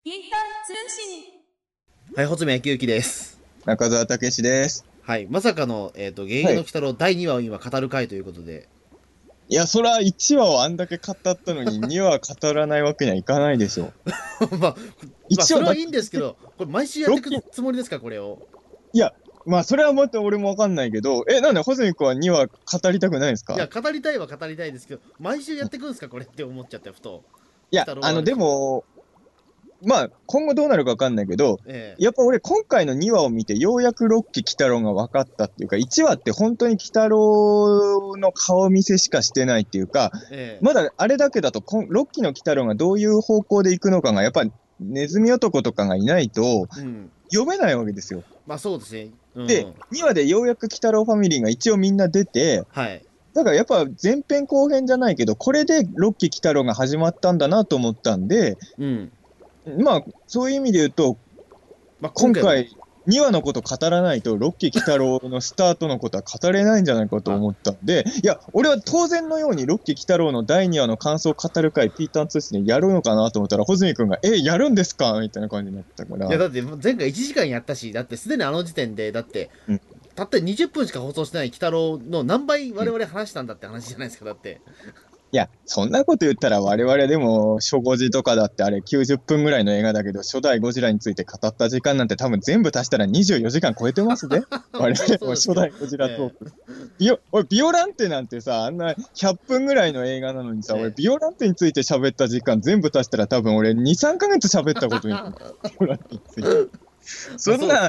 ピーター通信。 はい、穂積昭之です。 中澤武史です。 はい、まさかの、現役はい。 の鬼太郎第2話を今語る回ということで。 いや、そら1話をあんだけ語ったのに2話語らないわけにはいかないでしょまあ、 う。1話だってそれはいいんですけど、これ毎週やっていくロッキー、 つもりですか、これを。 いや、まあそれはまた俺もわかんないけど、なんで穂積君は2話語りたくないんですか？ いや、語りたいは語りたいですけど、毎週やっていくんですか、これって思っちゃって、ふと。 いや、 鬼太郎あるでし。 も、まあ今後どうなるかわかんないけど、 えやっぱ俺今回の2話を見てようやくロッキー鬼太郎が分かったっていうか、1話って本当に鬼太郎の顔見せしかしてないっていうか、 え、えまだあれだけだとロッキーの鬼太郎がどういう方向で行くのかが、やっぱネズミ男とかがいないとうん。 読めないわけですよ。 まあそうですね。うで、 ん。 2話でようやく鬼太郎ファミリーが一応みんな出て、 はい。 だからやっぱ前編後編じゃないけど、これでロッキー鬼太郎が始まったんだなと思ったんで、 うん。 まあそういう意味で言うと、 まあ今回も、 今回2話のこと語らないと、ロッキー鬼太郎のスタートのことは語れないんじゃないかとあ、 思ったんで、いや、俺は当然のようにロッキー鬼太郎の第2話の感想を語る回、ピーターン通信でやるのかなと思ったら、穂積君が、やるんですかみたいな感じになったから。 いやだって前回1時間やったし、だってすでにあの時点で、だって、 うん、 たった20分しか放送してない鬼太郎の何倍我うん。 々話したんだって話じゃないですか、だって。 いや、そんなこと言ったら我々でも、初ゴジとかだってあれ90分ぐらいの映画だけど、初代ゴジラについて語った時間なんて多分全部足したら24時間超えてますね。我々も初そうですか。 代ゴジラトーえク。俺、ビオランテなんてさ、あんな100分ぐらいの映画なのにさ、俺、 ええビオランテについて喋った時間全部足したら多分俺2、3ヶ月喋ったことになる。ビオランテについて。 まあそうです。 そんな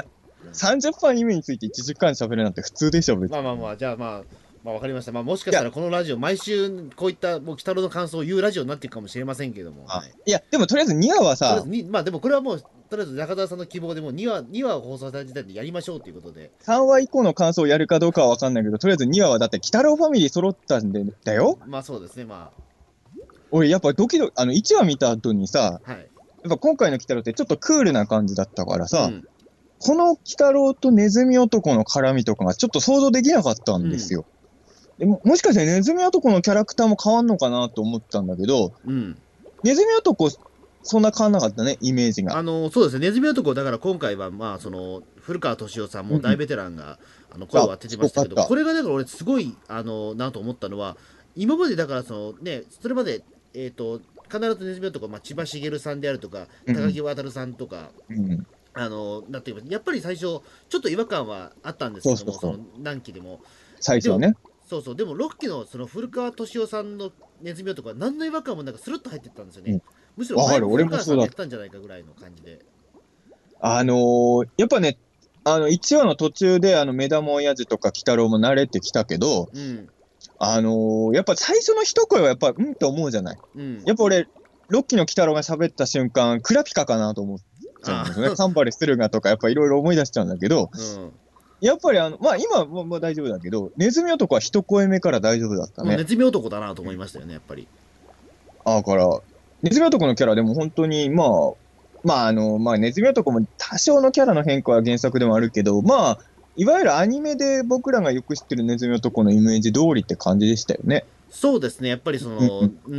30分意味について1時間喋るなんて普通でしょ、別に。 まあまあまあ、じゃあまあわかりました。まあもしかいや、 したらこのラジオ、毎週こういったもう鬼太郎の感想を言うラジオになっていくかもしれませんけども、はい。 いや、でもとりあえず2話はさ、 とりあえずに、まあでもこれはもう、とりあえず中澤さんの希望でもう2話を放送された時点でやりましょうということで、 3話以降の感想をやるかどうかは分かんないけど、とりあえず2話はだって、鬼太郎ファミリー揃ったんで、だよ。 まあそうですね、ま俺、やっぱドキドキ、1話見た後にさ、 あ、はい。 やっぱ今回の鬼太郎ってちょっとクールな感じだったからさ、 うん、 この鬼太郎とネズミ男の絡みとかがちょっと想像できなかったうん、 んですよ。でもしかしてネズミ男のキャラクターも変わんのかなと思ったんだけど、 うん。 ネズミ男、そんな変わんなかったね、イメージが。 そうですね、ネズミ男、だから今回は、まあ、古川敏夫さんうん。 も大ベテランが声を当ててすましたけど、 ごかった。 これがだから俺、すごいなと思ったのは、今までだからそれまで、必ずネズミ男、まあ、千葉茂さんであるとか、 うん。 高木渉さんとか、 うん。 なんていうか、やっぱり最初、ちょっと違和感はあったんですけども、 そうそうそう。 何期でも。でも、 最初はね。 そうそう、でも6期のその古川敏夫さんのネズミ男は、何の違和感もなんかスルッと入ってったんですよね。 うん。 むしろわかる。俺前も古川もそうだった。 さんでやってたんじゃないかぐらいの感じで。 やっぱね、1話の途中で目玉親父とか鬼太郎も慣れてきたけど、 うん、 やっぱ最初の一声はやっぱ、って思うじゃない。 うん。 やっぱ俺、ロッキーの鬼太郎が喋った瞬間、クラピカかなと思っちゃうんですよね。 あカンバレスルガとかやっぱいろいろ思い出しちゃうんだけど、 うん。 やっぱりまあ今はもう大丈夫だけど、ネズミ男は一声目から大丈夫だったね。 もうネズミ男だなと思いましたよね、やっぱり。 だから、ネズミ男のキャラでも本当に、ネズミ男も多少のキャラの変化は原作でもあるけど、まあ、いわゆるアニメで僕らがよく知ってるネズミ男のイメージ通りって感じでしたよね。 そうですね、やっぱりうんうん。 うん。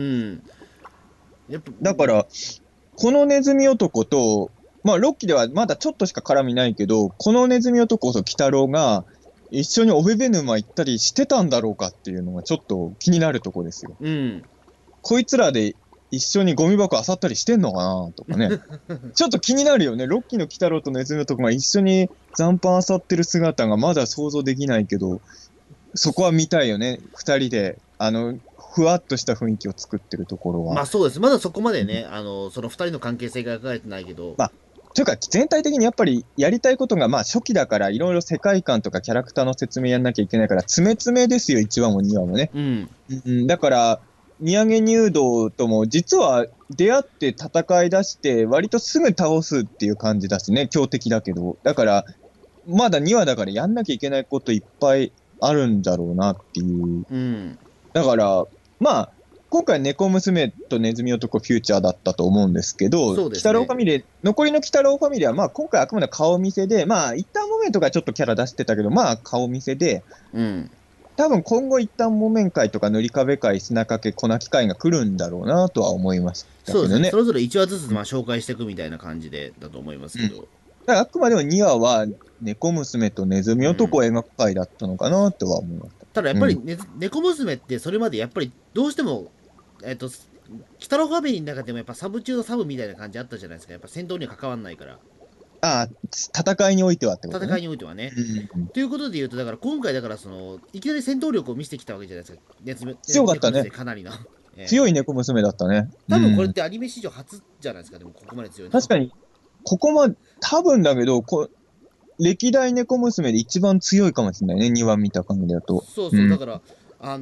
やっぱ、 だから、このネズミ男と、まあ、ロッキーではまだちょっとしか絡みないけど、このネズミ男と鬼太郎が一緒にオベベ沼行ったりしてたんだろうかっていうのがちょっと気になるとこですよ。 うん。 こいつらで一緒にゴミ箱漁ったりしてんのかなとかね。ちょっと気になるよね。ロッキーの鬼太郎とネズミ男が一緒に残飯漁ってる姿がまだ想像できないけど、そこは見たいよね。二人で、ふわっとした雰囲気を作ってるところは。 まあそうです。まだそこまでね、その2人の関係性が描かれてないけど、 まあ、というか全体的にやっぱりやりたいことが、まあ初期だからいろいろ世界観とかキャラクターの説明やんなきゃいけないから、詰め詰めですよ、1話も2話もね。 うん。 だから、土産入道とも実は出会って戦い出して、割とすぐ倒すっていう感じだしね、強敵だけど。だから、まだ2話だからやんなきゃいけないこといっぱいあるんだろうなっていう。 うん。 だから、まあ、今回猫娘とネズミ男フューチャーだったと思うんですけど、鬼太郎そうですね。 ファミリー、残りの鬼太郎ファミリーは、まあ今回あくまで顔見せで、まあ一旦モメントがちょっとキャラ出してたけど、まあ顔見せで、 うん。 多分今後一旦木綿会とか塗り壁会、砂かけ、粉機会が来るんだろうなとは思いましたそうですね。 けどね。 それぞれ1話ずつまあ紹介していくみたいな感じでだと思いますけど。 だからあくまでも2話は猫娘とネズミ男を描く回だったのかなとは思いました。 ただやっぱり、猫娘ってそれまでやっぱりどうしても、鬼太郎ファミリーの中でもやっぱサブ中のサブみたいな感じあったじゃないですか。やっぱ戦闘には関わんないから。 ああ、戦いにおいてはってことね。 戦いにおいてはね。ということで言うと、だから今回だからいきなり戦闘力を見せてきたわけじゃないですか。 強かったね。 かなりの。 強い猫娘だったね。 多分これってアニメ史上初じゃないですか、でもここまで強いの。 確かに、ここまで、多分だけど、歴代猫娘で一番強いかもしれないね、2話見た感じだと。 そうそう、だから、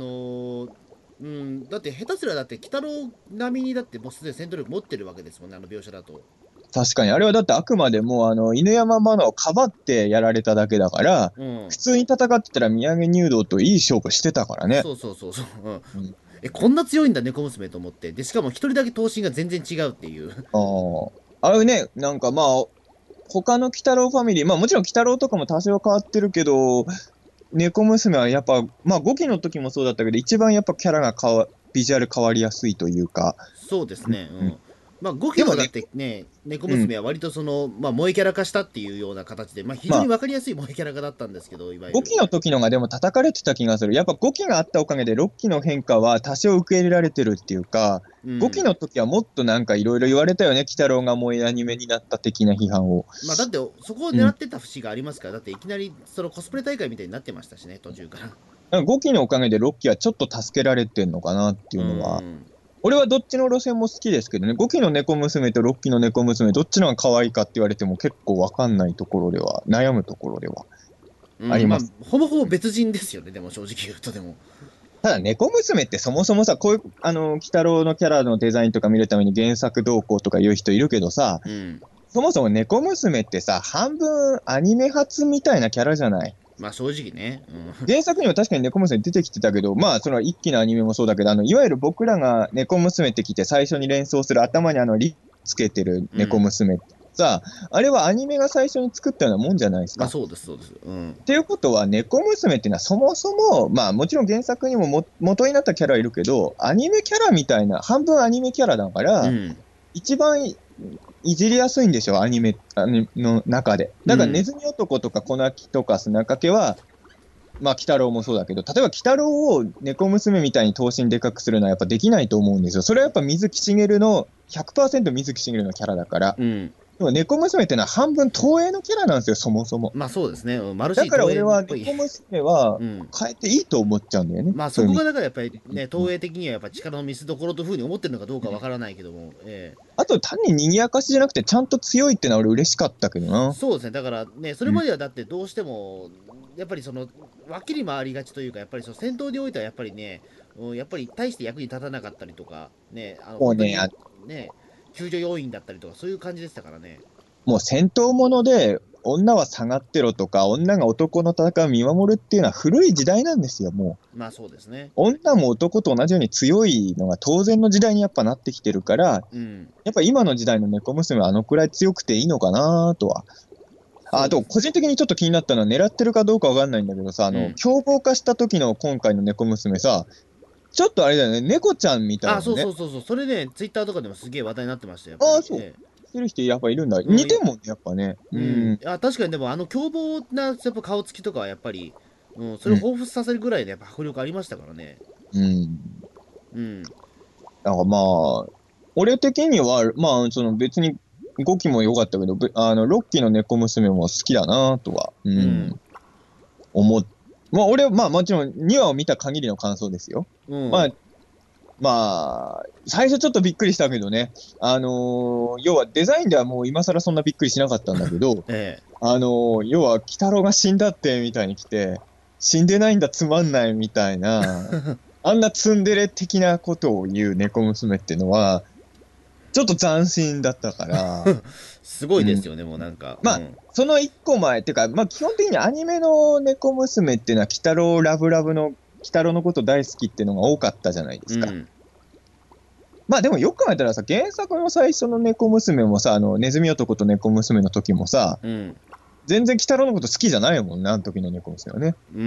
だって下手すらだって、鬼太郎並みにだってもうすでに戦闘力持ってるわけですもんね、あの描写だと。 確かに、あれはだってあくまでも犬山マナをかばってやられただけだから、普通に戦ってたら宮城入道といい勝負してたからね。 そうそうそうそう。こんな強いんだ、猫娘と思って。で、しかも一人だけ頭身が全然違うっていう。 あれね、なんかまあ、他の鬼太郎ファミリー、まあもちろん鬼太郎とかも多少変わってるけど、猫娘はやっぱ、まあ5期の時もそうだったけど、一番やっぱキャラがビジュアル変わりやすいというか。 そうですね。まあ5期もだってね、猫娘は割とまあ萌えキャラ化したっていうような形で、まあ非常に分かりやすい萌えキャラ化だったんですけど、いわゆる。 5期の時のがでも叩かれてた気がする。やっぱ5期があったおかげで6期の変化は多少受け入れられてるっていうか、5期の時はもっとなんかいろいろ言われたよね、鬼太郎が萌えアニメになった的な批判を。 まあだってそこを狙ってた節がありますから、だっていきなりコスプレ大会みたいになってましたしね、途中から。 5期のおかげで6期はちょっと助けられてんのかなっていうのは。俺はどっちの路線も好きですけどね、5期の猫娘と6期の猫娘、どっちのが可愛いかって言われても結構わかんないところでは、悩むところではあります。 まあ、ほぼほぼ別人ですよね、でも正直言うとでも。 ただ、猫娘ってそもそもさ、こういう、鬼太郎のキャラのデザインとか見るために原作動向とか言う人いるけどさ、そもそも猫娘ってさ、半分アニメ初みたいなキャラじゃない。 まあ正直ね。 原作には確かに猫娘出てきてたけど、まあその一期のアニメもそうだけど、いわゆる僕らが猫娘って聞いて最初に連想する頭にリつけてる猫娘さ、あれはアニメが最初に作ったようなもんじゃないですか。 まあそうです、そうです。 っていうことは、猫娘っていうのはそもそも、まあもちろん原作にも元になったキャラいるけど、アニメキャラみたいな、半分アニメキャラだから、一番いじりやすいんでしょ、アニメの中で。だからネズミ男とか粉木とか砂かけは、まあ鬼太郎もそうだけど、例えば鬼太郎を猫娘みたいに頭身でかくするのはやっぱできないと思うんですよ。それはやっぱ水木しげるの 100% 水木しげるのキャラだから。でも猫娘ってのは半分東映のキャラなんですよ、そもそも。 まあそうですね。 だから俺は猫娘は変えていいと思っちゃうんだよね。 まあそこがだからやっぱりね、東映的にはやっぱ力の見せ所というふうに思ってるのかどうかわからないけども。 あと単に賑やかしじゃなくてちゃんと強いってのは俺嬉しかったけどな。 そうですね。だからね、それまではだってどうしても、やっぱり脇に回りがちというか、やっぱり戦闘においてはやっぱりね、やっぱり大して役に立たなかったりとか、ね、 もうね、 救助要員だったりとか、そういう感じでしたからね。 もう戦闘もので、女は下がってろとか、女が男の戦いを見守るっていうのは古い時代なんですよ、もう。まあそうですね。 女も男と同じように強いのが当然の時代にやっぱなってきてるから、やっぱ今の時代の猫娘はあのくらい強くていいのかなとは。あと、個人的にちょっと気になったのは、狙ってるかどうかわかんないんだけどさ、凶暴化した時の今回の猫娘さ、ちょっとあれだよね、猫ちゃんみたいな、ね。 そう。それね、ツイッターとかでもすげえ話題になってましたよ。 そう。してる人やっぱいるんだ。似てもやっぱね。 確かにでも凶暴なやっぱ顔つきとかはやっぱり、それを彷彿させるぐらいでやっぱ迫力ありましたからね。 なんかまあ、俺的には、まあ、別に5期も良かったけど、6期の猫娘も好きだなとは、思っまあ俺、まあもちろん2話を見た限りの感想ですよ。まあ、最初ちょっとびっくりしたけどね。要はデザインではもう今更そんなびっくりしなかったんだけど、要は、鬼太郎が死んだってみたいに来て、死んでないんだつまんないみたいな、あんなツンデレ的なことを言う猫娘ってのは、ちょっと斬新だったから。 すごいですよね、もうなんか。 まあ、その一個前、っていうか、まあ基本的にアニメの猫娘っていうのは、鬼太郎ラブラブの、鬼太郎のこと大好きっていうのが多かったじゃないですか。まあでもよく考えたらさ、原作の最初の猫娘もさ、ネズミ男と猫娘の時もさ、 全然鬼太郎のこと好きじゃないもんね、あの時の猫娘はね。 うん。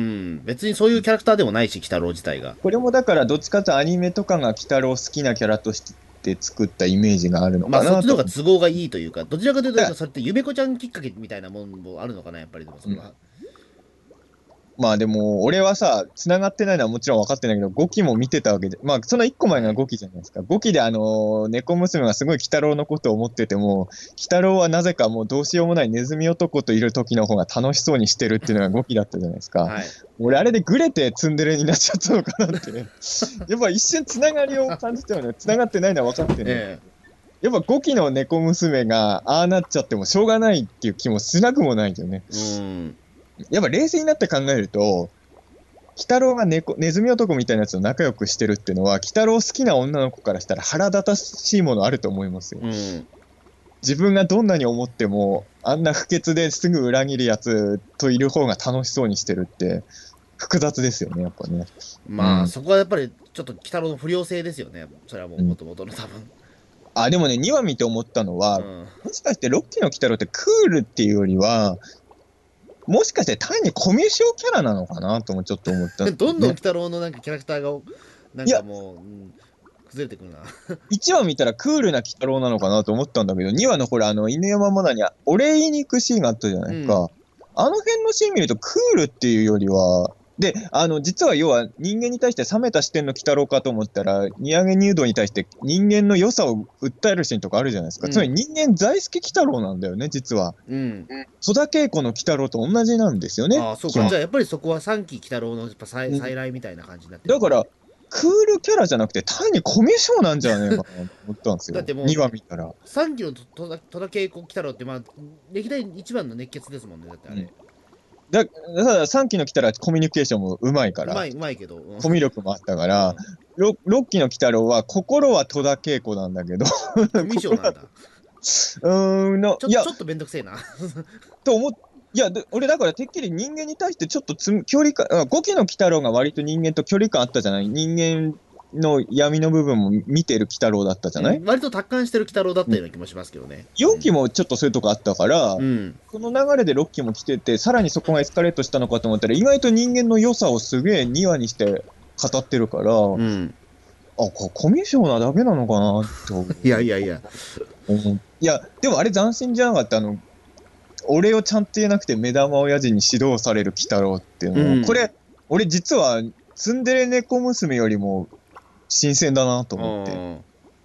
別にそういうキャラクターでもないし、鬼太郎自体が。 これもだからどっちかというとアニメとかが鬼太郎好きなキャラとして作ったイメージがあるのまあそっちのかなと。 方が都合がいいというか、どちらかというと、 だからそれってゆめこちゃんきっかけみたいなもんもあるのかな、やっぱりでもそれは。 まあでも、俺はさ、繋がってないのはもちろん分かってないけど、5期も見てたわけで、まあその1個前が5期じゃないですか。5期で猫娘がすごい鬼太郎のことを思ってても、鬼太郎はなぜかもうどうしようもないネズミ男といる時の方が楽しそうにしてるっていうのが5期だったじゃないですか。 はい。 俺あれでグレてツンデレになっちゃったのかなってね。やっぱ一瞬繋がりを感じてはね、繋がってないのは分かってね。 えやっぱ5期の猫娘がああなっちゃってもしょうがないっていう気もしなくもないよね。 え。うん。 やっぱ冷静になって考えると、鬼太郎がネズミ男みたいなやつと仲良くしてるっていうのは、鬼太郎好きな女の子からしたら腹立たしいものあると思いますよ。 うん。 自分がどんなに思っても、あんな不潔ですぐ裏切るやつといる方が楽しそうにしてるって、複雑ですよね、やっぱね。 まあ、 うんそこはやっぱり、ちょっと鬼太郎の不良性ですよね。それはもう、もともとの多分。 あ、でもね、2話見て思ったのは、 うん。 もしかして6期の鬼太郎ってクールっていうよりは、もしかして単にコミュ障キャラなのかなともちょっと思ったんですよね。 どんどん鬼太郎のなんかキャラクターが、なんいや、 かもう、うん、崩れてくるな。 1話見たらクールな鬼太郎なのかなと思ったんだけど、2話のほら、犬山マナにお礼言いに行くシーンがあったじゃないですか。 うんあの辺のシーン見るとクールっていうよりは、で、実は要は人間に対して冷めた視点の鬼太郎かと思ったら、荷上げ入道に対して人間の良さを訴えるシーンとかあるじゃないですか。 うんつまり人間大好き鬼太郎なんだよね、実は。 うん。 戸田恵子の鬼太郎と同じなんですよね。 ああ、そうか。 基本じゃあやっぱりそこは三期鬼太郎のやっぱ再来みたいな感じになってる。 だから、クールキャラじゃなくて単にコミュ障なんじゃねえかなと思ったんですよ。 だってもう 2話見たら。 三期の戸田恵子鬼太郎って、まあ、歴代一番の熱血ですもんね。だってあれ。 ただ3期の来たらコミュニケーションもうまいから、 うまいけど。うんコミュ力もあったから、6期の鬼太郎は心は戸田恵子なんだけど、 コミュ障なんだ。 いやちょ、っとめんどくせえな。 と思っいや、俺だからてっきり人間に対してちょっと距離感、5期の鬼太郎が割と人間と距離感あったじゃない。人間の闇の部分も見てる鬼太郎だったじゃない。 割と達観してる鬼太郎だったような気もしますけどね。 4期もちょっとそういうとこあったから、 うん。 その流れで6期も来てて、さらにそこがエスカレートしたのかと思ったら、意外と人間の良さをすげえ2話にして語ってるから、 うん。 コミュ障なだけなのかなっていやいやいや。 思う。いや、でもあれ斬新じゃなかった。俺をちゃんと言えなくて目玉親父に指導される鬼太郎っていうの、 うんこれ、俺実はツンデレ猫娘よりも新鮮だなと思って。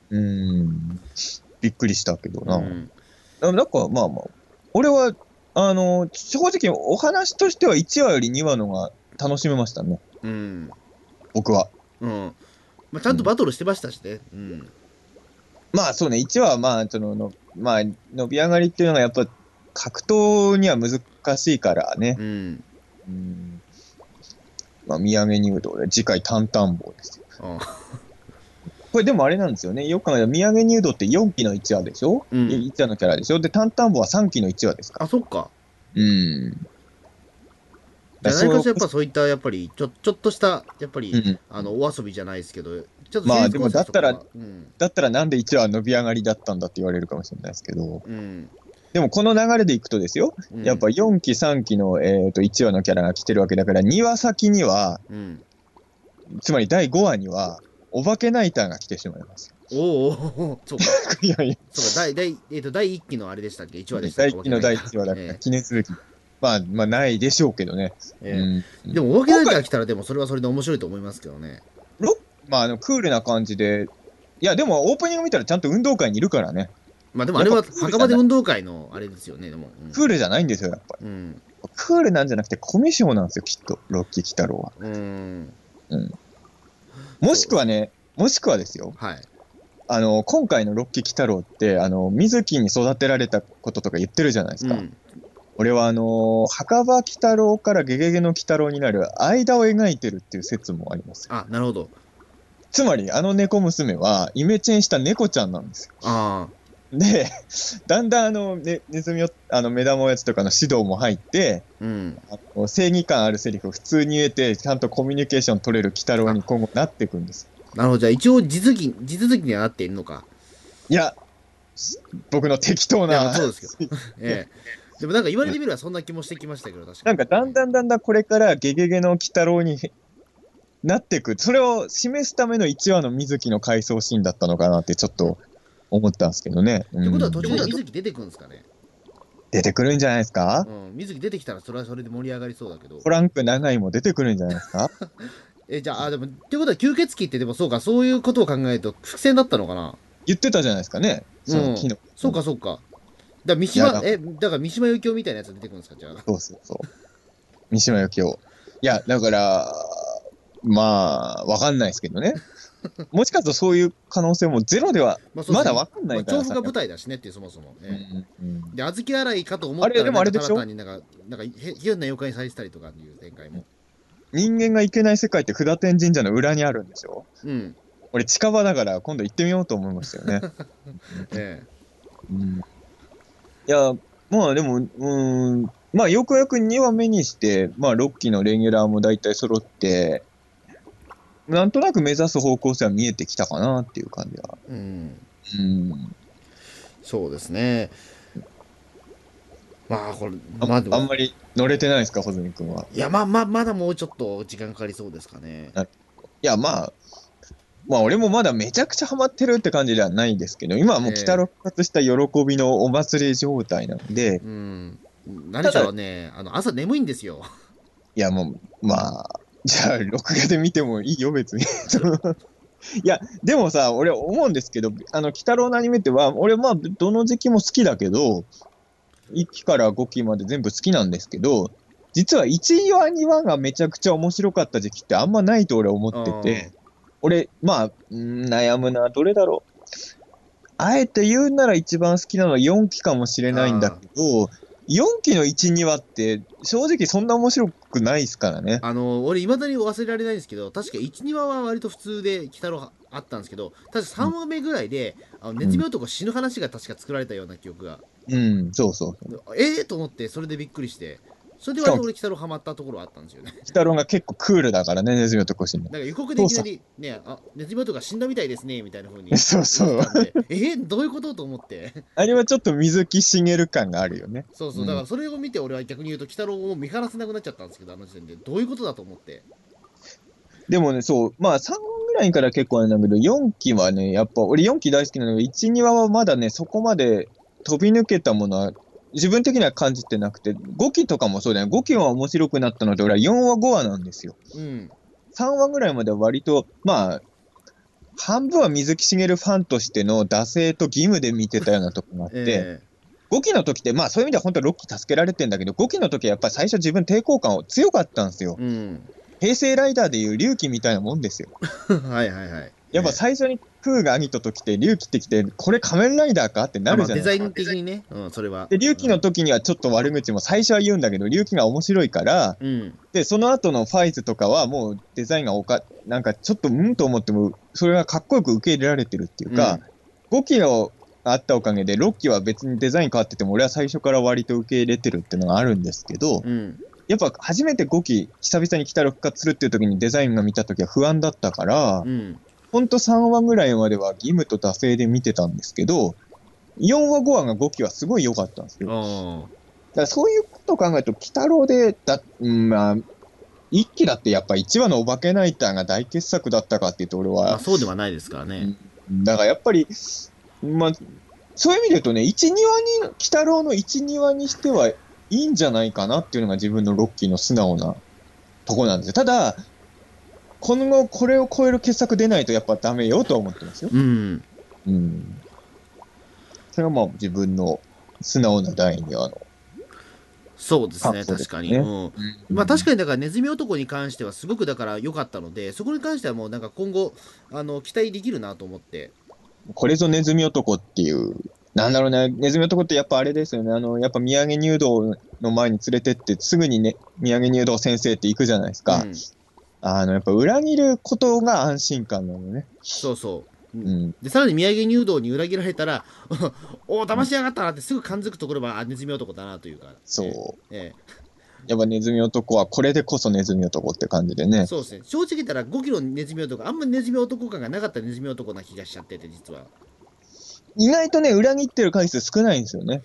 びっくりしたけどな。 うんなんか、まあまあ、俺は、正直お話としては1話より2話のが楽しめましたね。 うん。 僕は。 うん。まあ、ちゃんとバトルしてましたしね。うん。 まあそうね、1話はまあ、まあ、伸び上がりっていうのがやっぱ格闘には難しいからね。 うん。 まあ、土産入道で、次回担々棒ですよ。これでもあれなんですよね。よく考えたら、土産入道って4期の1話でしょ、 うん、 1話のキャラでしょで、担々棒は3期の1話ですか。 あ、そっか。 じゃないかしらやっぱそういったやっぱりちょっとしたやっぱり、お遊びじゃないですけど、ちょっとまあでもだったらなんで1話伸び上がりだったんだって言われるかもしれないですけど、でもこの流れでいくとですよ、やっぱ4期3期の、1話のキャラが来てるわけだから2話先には、つまり第5話にはお化けナイターが来てしまいます。 おお、そうか。 いやいや、 そうか、第1期のあれでしたっけ、1話でしたっけ。第1期の第1話だから記念すべき。まあないでしょうけどね。 でも、お化けナイター来たら、でもそれはそれで面白いと思いますけどね。 まあ、クールな感じで、いや、でもオープニング見たらちゃんと運動会にいるからね。 まあでもあれは墓場で運動会のあれですよね、でも。 クールじゃないんですよ、やっぱり。クールなんじゃなくてコミュ障なんですよ、きっと、ロッキー鬼太郎は。もしくはですよ。 はい。 今回のロッキー鬼太郎って、水木に育てられたこととか言ってるじゃないですか。俺は墓場鬼太郎からゲゲゲの鬼太郎になる間を描いてるっていう説もあります。 あ、なるほど。 つまり、猫娘はイメチェンした猫ちゃんなんですよ。で、だんだんネズミ目玉おやつとかの指導も入って、正義感あるセリフを普通に言えて、ちゃんとコミュニケーション取れる鬼太郎に今後なっていくんです。 なるほど、じゃあ一応地続きにはなっているのか。 いや、僕の適当な。 そうですけど。 でもなんか言われてみればそんな気もしてきましたけど、確かに。 なんかだんだんこれからゲゲゲの鬼太郎になっていく。それを示すための1話の水木の回想シーンだったのかなってちょっと思ったんですけどね。 ってことは途中で水木出てくるんですかね。 出てくるんじゃないですか。 うん、水木出てきたらそれはそれで盛り上がりそうだけど。 トランク長いも出てくるんじゃないですか。 じゃあ、でも、ってことは吸血鬼ってでもそうか、そういうことを考えると伏線だったのかな。 言ってたじゃないですかね。その昨日。 そうか、そうか。三島、だから三島由紀夫みたいなやつ出てくるんですか、じゃあ。 そうそうそう。三島由紀夫。いや、だから、まあ、わかんないですけどね。もしかするとそういう可能性もゼロでは、まだわかんないから。 調布が舞台だしねっていう、そもそも。で、小豆洗いかと思ったら、 あれ、でもあれでしょ。 ただ単になんか変な妖怪にされてたりとかいう展開も。 人間が行けない世界って札天神社の裏にあるんでしょ。 うん。 俺近場だから今度行ってみようと思いましたよね。いや、まあでも、まあよくよく2話目にして、まあ6期のレギュラーも大体揃って、なんとなく目指す方向性は見えてきたかなっていう感じは。 そうですね。まあこれ、 あんまり乗れてないですか、穂積君は。 いや、まだもうちょっと時間かかりそうですかね。 いや、まあ俺もまだめちゃくちゃハマってるって感じではないですけど、今はもう鬼太郎復活した喜びのお祭り状態なので。 何しろね、朝眠いんですよ。 いや、もう、まあ、じゃあ、録画で見てもいいよ、別に。いや、でもさ、俺思うんですけど、鬼太郎のアニメっては、俺まあ、どの時期も好きだけど、1期から5期まで全部好きなんですけど、実は1話、2話がめちゃくちゃ面白かった時期ってあんまないと俺思ってて、俺、まあ、悩むな、どれだろう。あえて言うなら一番好きなのは4期かもしれないんだけど、4期の1、2話って正直そんな面白くないですからね。 俺いまだに忘れられないんですけど、確か1、2話は割と普通で鬼太郎あったんですけど、確か3話目ぐらいで、ネズミ男死ぬ話が確か作られたような記憶が。 そうそう。 と思って、それでびっくりして、それで割と俺、鬼太郎ハマったところあったんですよね。 鬼太郎が結構クールだからね、ネズミ男死ぬ。 なんか予告でいきなり、ね、ネズミ男が死んだみたいですね、みたいな風に。 そうそう。 どういうことと思って。 あれはちょっと水木しげる感があるよね。 そうそう、だからそれを見て俺は逆に言うと、鬼太郎を見張らせなくなっちゃったんですけど、あの時点で。どういうことだと思って。 でもね、そう、まあ3話ぐらいから結構あれなんだけど、4期はね、やっぱ俺4期大好きなのが、1、2話はまだね、そこまで飛び抜けたものは、自分的には感じてなくて、5期とかもそうだよね。5期は面白くなったので、俺は4話、5話なんですよ。3話ぐらいまでは割と、まあ、半分は水木しげるファンとしての惰性と義務で見てたようなとこがあって、5期の時って、まあそういう意味では本当は6期助けられてんだけど、5期の時はやっぱり最初自分抵抗感を強かったんですよ。平成ライダーでいう龍騎みたいなもんですよ。 はいはいはい。 やっぱ最初にクーが兄とと来て、龍騎ってきて、これ仮面ライダーかってなるじゃないですか。 デザイン的にね、それは。 で、龍騎の時にはちょっと悪口も最初は言うんだけど、龍騎が面白いから、で、その後のファイズとかはもうデザインがなんかちょっとと思っても、それがかっこよく受け入れられてるっていうか、5期があったおかげで、6期は別にデザイン変わってても、俺は最初から割と受け入れてるっていうのがあるんですけど、やっぱ初めて5期、久々に鬼太郎復活するっていう時にデザインが見た時は不安だったから、ほんと3話ぐらいまでは義務と惰性で見てたんですけど、4話5話が5期はすごい良かったんですよ。だからそういうことを考えると、鬼太郎で、まあ、1期だってやっぱ1話のお化けナイターが大傑作だったかっていうと俺は。 そうではないですからね。 だからやっぱり、まあ、そういう意味で言うとね、1、2話に、鬼太郎の1、2話にしてはいいんじゃないかなっていうのが自分のロッキーの素直なとこなんですよ。ただ、今後これを超える傑作出ないとやっぱダメよとは思ってますよ。それはまあ自分の素直な第二話の。 そうですね、確かに。まあ確かにだからネズミ男に関してはすごくだから良かったので、そこに関してはもうなんか今後期待できるなと思って。 これぞネズミ男っていう、なんだろうね、ネズミ男ってやっぱあれですよね、やっぱ宮城入道の前に連れてってすぐにね、宮城入道先生って行くじゃないですか。やっぱ裏切ることが安心感なのね。 そうそう。でさらに宮城入道に裏切られたらおお騙しやがったなってすぐ感づくところはネズミ男だなというか、 そう、やっぱネズミ男はこれでこそネズミ男って感じでね。 そうですね、正直言ったら5キロネズミ男あんまネズミ男感がなかったネズミ男な気がしちゃってて、実は意外とね裏切ってる回数少ないんですよね。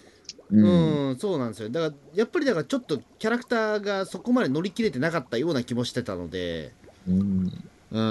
うん。 うん、そうなんですよ。だから、やっぱりだからちょっとキャラクターがそこまで乗り切れてなかったような気もしてたので、 うん。 うん。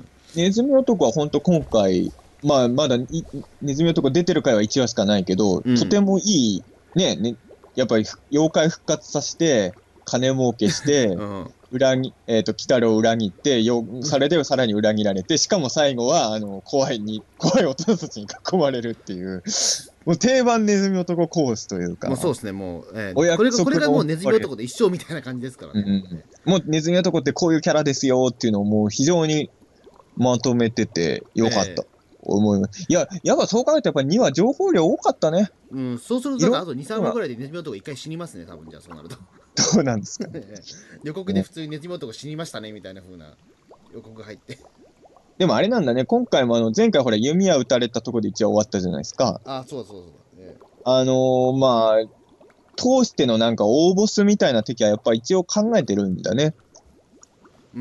ネズミ男は本当今回、まあ、まだネズミ男出てる回は1話しかないけど、 うん。 とてもいい、やっぱり妖怪復活させて、金儲けして、 うん。 裏に、鬼太郎を裏切って、それでさらに裏切られて、しかも最後は、怖い大人たちに囲まれるっていう、もう定番ネズミ男コースというか、 もうそうですね、もう、 お約これ束のがもうネズミ男と一緒みたいな感じですからね、もううん。 ね。 もうネズミ男ってこういうキャラですよっていうのをもう非常にまとめててよかった。 ええ思います。いや、やっぱそう考えるとやっぱ2は情報量多かったね。 うん、そうすると、 いろんだからあと2、3 なのが、 話ぐらいでネズミ男一回死にますね、多分じゃあそうなると。 どうなんですかね。 予告でね普通にネズミ男死にましたね、みたいな風な予告が入って。 でもあれなんだね、今回も前回ほら弓矢撃たれたところで一応終わったじゃないですか。 あ、そうだそうだそうだ。 まあ、通してのなんか大ボスみたいな敵はやっぱ一応考えてるんだね。 うん。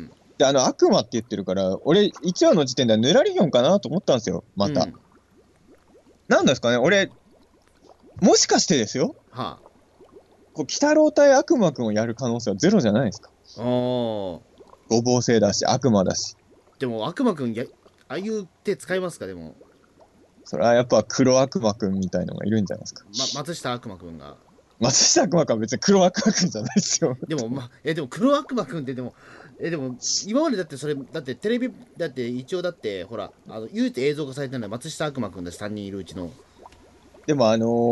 で、悪魔って言ってるから、俺1話の時点ではヌラリヒョンかなと思ったんですよ、また。 うん。 なんですかね、俺、もしかしてですよ、 はこう、鬼太郎対悪魔くんをやる可能性はゼロじゃないですか。 あ。ああ。 五芒星だし、悪魔だし。 でも悪魔くんああいう手使いますか？でも、 それはやっぱ黒悪魔くんみたいのがいるんじゃないですか。 松下悪魔くんが。 松下悪魔くんは別に黒悪魔くんじゃないですよ。 でも、でも黒悪魔くんってでも、でも、今までだってそれ、だってテレビ、だって一応だって、ほら、唯一映像化されてるのは松下悪魔くんだし、3人いるうちの。 でも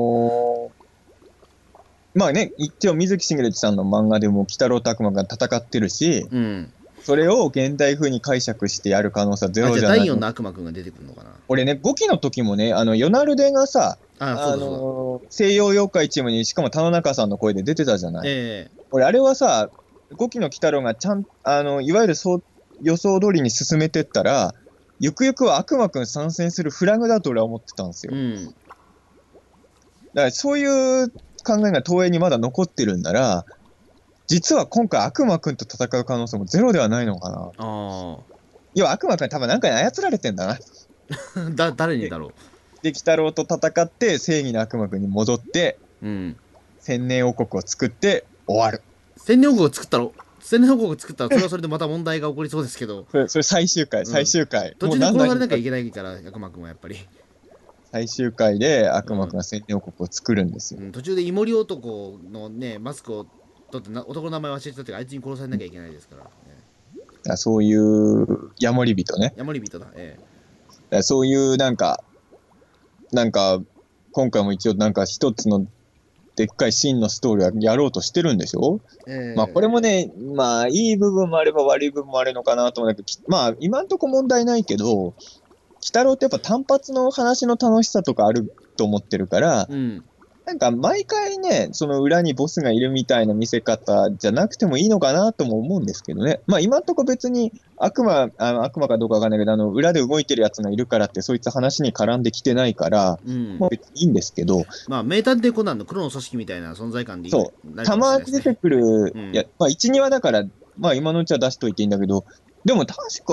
まあね、一応水木しげるさんの漫画でも鬼太郎と悪魔が戦ってるし、 うん。 それを現代風に解釈してやる可能性はゼあ、じゃあ第ロじゃないの。 4の悪魔くんが出てくるのかな。 俺ね、5期の時もね、ヨナルデがさ、 あ、そうだそうだ。 西洋妖怪チームにしかも田中さんの声で出てたじゃない。 え俺、あれはさ、5期の鬼太郎がいわゆる予想通りに進めてったら、ゆくゆくは悪魔くん参戦するフラグだと俺は思ってたんですよ。 うん。 だからそういう考えが東映にまだ残ってるんなら、実は今回悪魔くんと戦う可能性もゼロではないのかな。 あ要は悪魔くん多分なんかに操られてんだな。 あ。誰にだろで、鬼太郎と戦って正義の悪魔くんに戻って、 う。うん。 千年王国を作って終わる。 千年王国を作ったろ千年王国を作ったら、それはそれでまた問題が起こりそうですけど、 それ最終回、 うん。 最終回。 途中で殺されなきゃいけないから、悪魔くんはやっぱり。 最終回で悪魔くんうん。 が千年王国を作るんですよ。 途中でイモリ男のね、マスクを取って男の名前忘れてたっていうか、あいつに殺されなきゃいけないですから。ね、 だからそういうヤモリ人ね。 ヤモリ人だ。 だからそういうなんか、今回も一応なんか一つのでっかい真のストーリーはやろうとしてるんでしょ。まあこれもね、まあいい部分もあれば悪い部分もあるのかなと思うんだけど、まあ今んとこ問題ないけど、鬼太郎ってやっぱ単発の話の楽しさとかあると思ってるから、 うん。 なんか毎回ね、その裏にボスがいるみたいな見せ方じゃなくてもいいのかなとも思うんですけどね。まあ今んとこ別に悪魔かどうかわかんないけど、裏で動いてるやつがいるからってそいつ話に絡んできてないから、 うん。 まあ別にいいんですけど、 まあ、名探偵コナンの黒の組織みたいな存在感でいいそう、 なるかもしれたまに出ないですね。 てくる、 うん。 いや、まあ1、2話だから、まあ今のうちは出しといていいんだけど、でも確か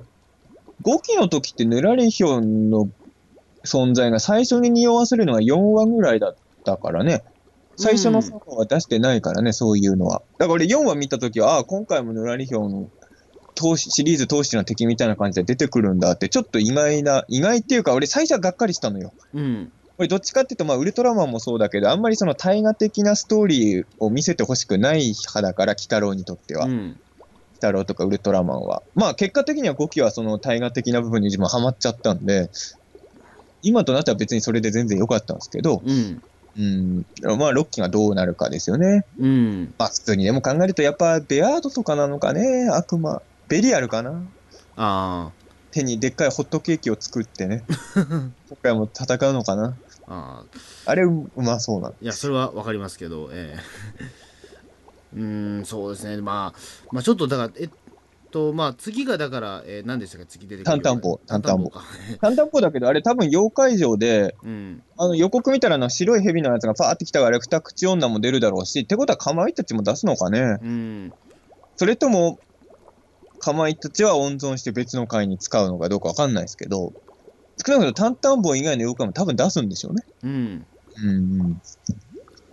5期の時ってヌラリヒョンの存在が最初に匂わせるのが4話ぐらいだったからね。最初の3話は出してないからね、そういうのは。だから俺4話見たときは、今回もヌラリヒョンシリーズ通しての敵みたいな感じで出てくるんだって、ちょっと意外っていうか、俺最初はがっかりしたのよ。 うん。 俺どっちかっていうと、まあウルトラマンもそうだけど、あんまりその大河的なストーリーを見せてほしくない派だから、鬼太郎にとっては。鬼うん。 太郎とかウルトラマンは。まあ結果的には5期はその大河的な部分に自分はハマっちゃったんで、今となっては別にそれで全然良かったんですけど、 うん。 まあ6期がどうなるかですよね。 うん。 まあ普通にでも考えるとやっぱベアードとかなのかね、悪魔。ベリアルかな。 あ手にでっかいホットケーキを作ってね、今回も戦うのかな。 あ。ああ。 あれうまそうなんいや、 ですよ。 それはわかりますけど、そうですね。まあ、ちょっとだから、まあ、次がだから、何でしたか、次出てくるタンタンポ、 タンタンタンポ。 タンボか。 タンタンポだけど、あれ多分妖怪城で、 うん。 予告見たら白い蛇のやつがパーってきたから、二口女も出るだろうし、ってことはかまいたちも出すのかね。 うん。 それとも、かまいたちは温存して別の回に使うのかどうかわかんないですけど、少なくともタンタンポ以外の妖怪も多分出すんでしょうね。 うん。 うんうん。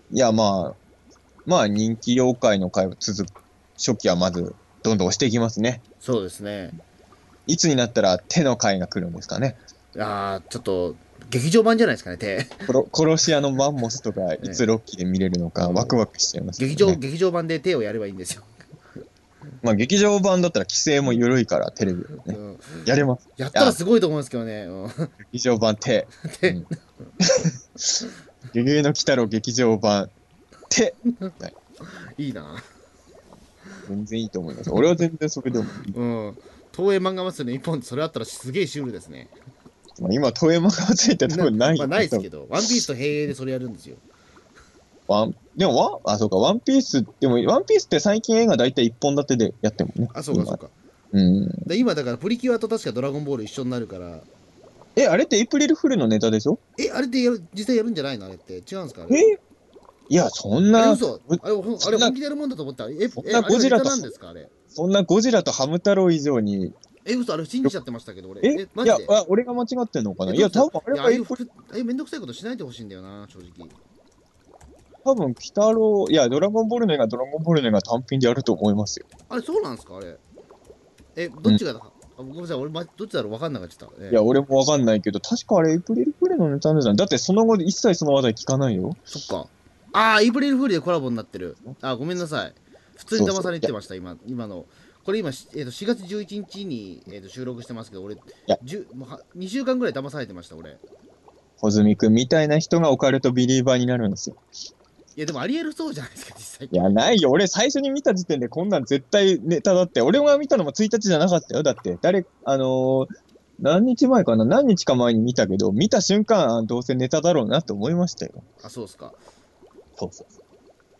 いや、まあ人気妖怪の回を初期はまず、どんどん押していきますね。 そうですね。 いつになったら手の回が来るんですかね。 ちょっと、劇場版じゃないですかね、手。 殺し屋のマンモスとか、いつね、 ロッキーで見れるのか、ワクワクしちゃいますけ劇場、 どね。 劇場版で手をやればいいんですよ。 まあ劇場版だったら規制も緩いから、テレビでね。 うん、 やれます。 やったらすごいと思うんですけどね。 劇場版手。 手、 うん。ゲゲゲの鬼太郎劇場版手。 いいな。 全然いいと思います。俺は全然それでもいい。 うん。東映漫画祭りの一本でそれあったらすげえシュールですね。 まあ、今、東映漫画祭りって多分ないよ。 まあないですけど、ワンピースと並映でそれやるんですよ。 でもそうか、ワンピース、でも、ワンピースって最近映画大体一本立てでやってるもんね。 あ、そうかそうか。 今。うん。 今だからプリキュアと確かドラゴンボール一緒になるから、 あれってエイプリルフールのネタでしょ？ あれで実際やるんじゃないのあれって。違うんですかあれ。 いや、そんあれな、 嘘。あれ本気でやるもんだと思ったら、 そんなゴジラとあれネタなんですかあれ。 そんなゴジラとハム太郎以上に、 嘘、あれ信じちゃってましたけど、俺。マいや、 ジで。 俺が間違ってんのかな。いや、 どうした多分あれいや、ああいうはエイプリル、 めんどくさいことしないでほしいんだよな、正直。 多分、鬼太郎、いや、ドラゴンボールの映画、ドラゴンボールの映画単品でやると思いますよ。 あれ、そうなんですかあれ。どっちがだ、ごめんなさい、俺、どっちだろう分かんなかった。 いや、俺もわかんないけど、確かあれエイプリルフールのネタなんじゃない？だってその後一切その話題聞かないよ。 そっか。エイプリルフールでコラボになってる。ごめんなさい。普通に騙されてました、今の。これ今、4月11日に、収録してますけど、俺、2週間ぐらい騙されてました、俺。 穂積くんみたいな人がオカルトビリーバーになるんですよ。 いや、でもありえるそうじゃないですか、実際。 いや、ないよ。俺最初に見た時点でこんなん絶対ネタだって。俺が見たのも1日じゃなかったよ。だって、何日前かな、何日か前に見たけど、見た瞬間、どうせネタだろうなって思いましたよ。 そうっすか。 そうそうそう。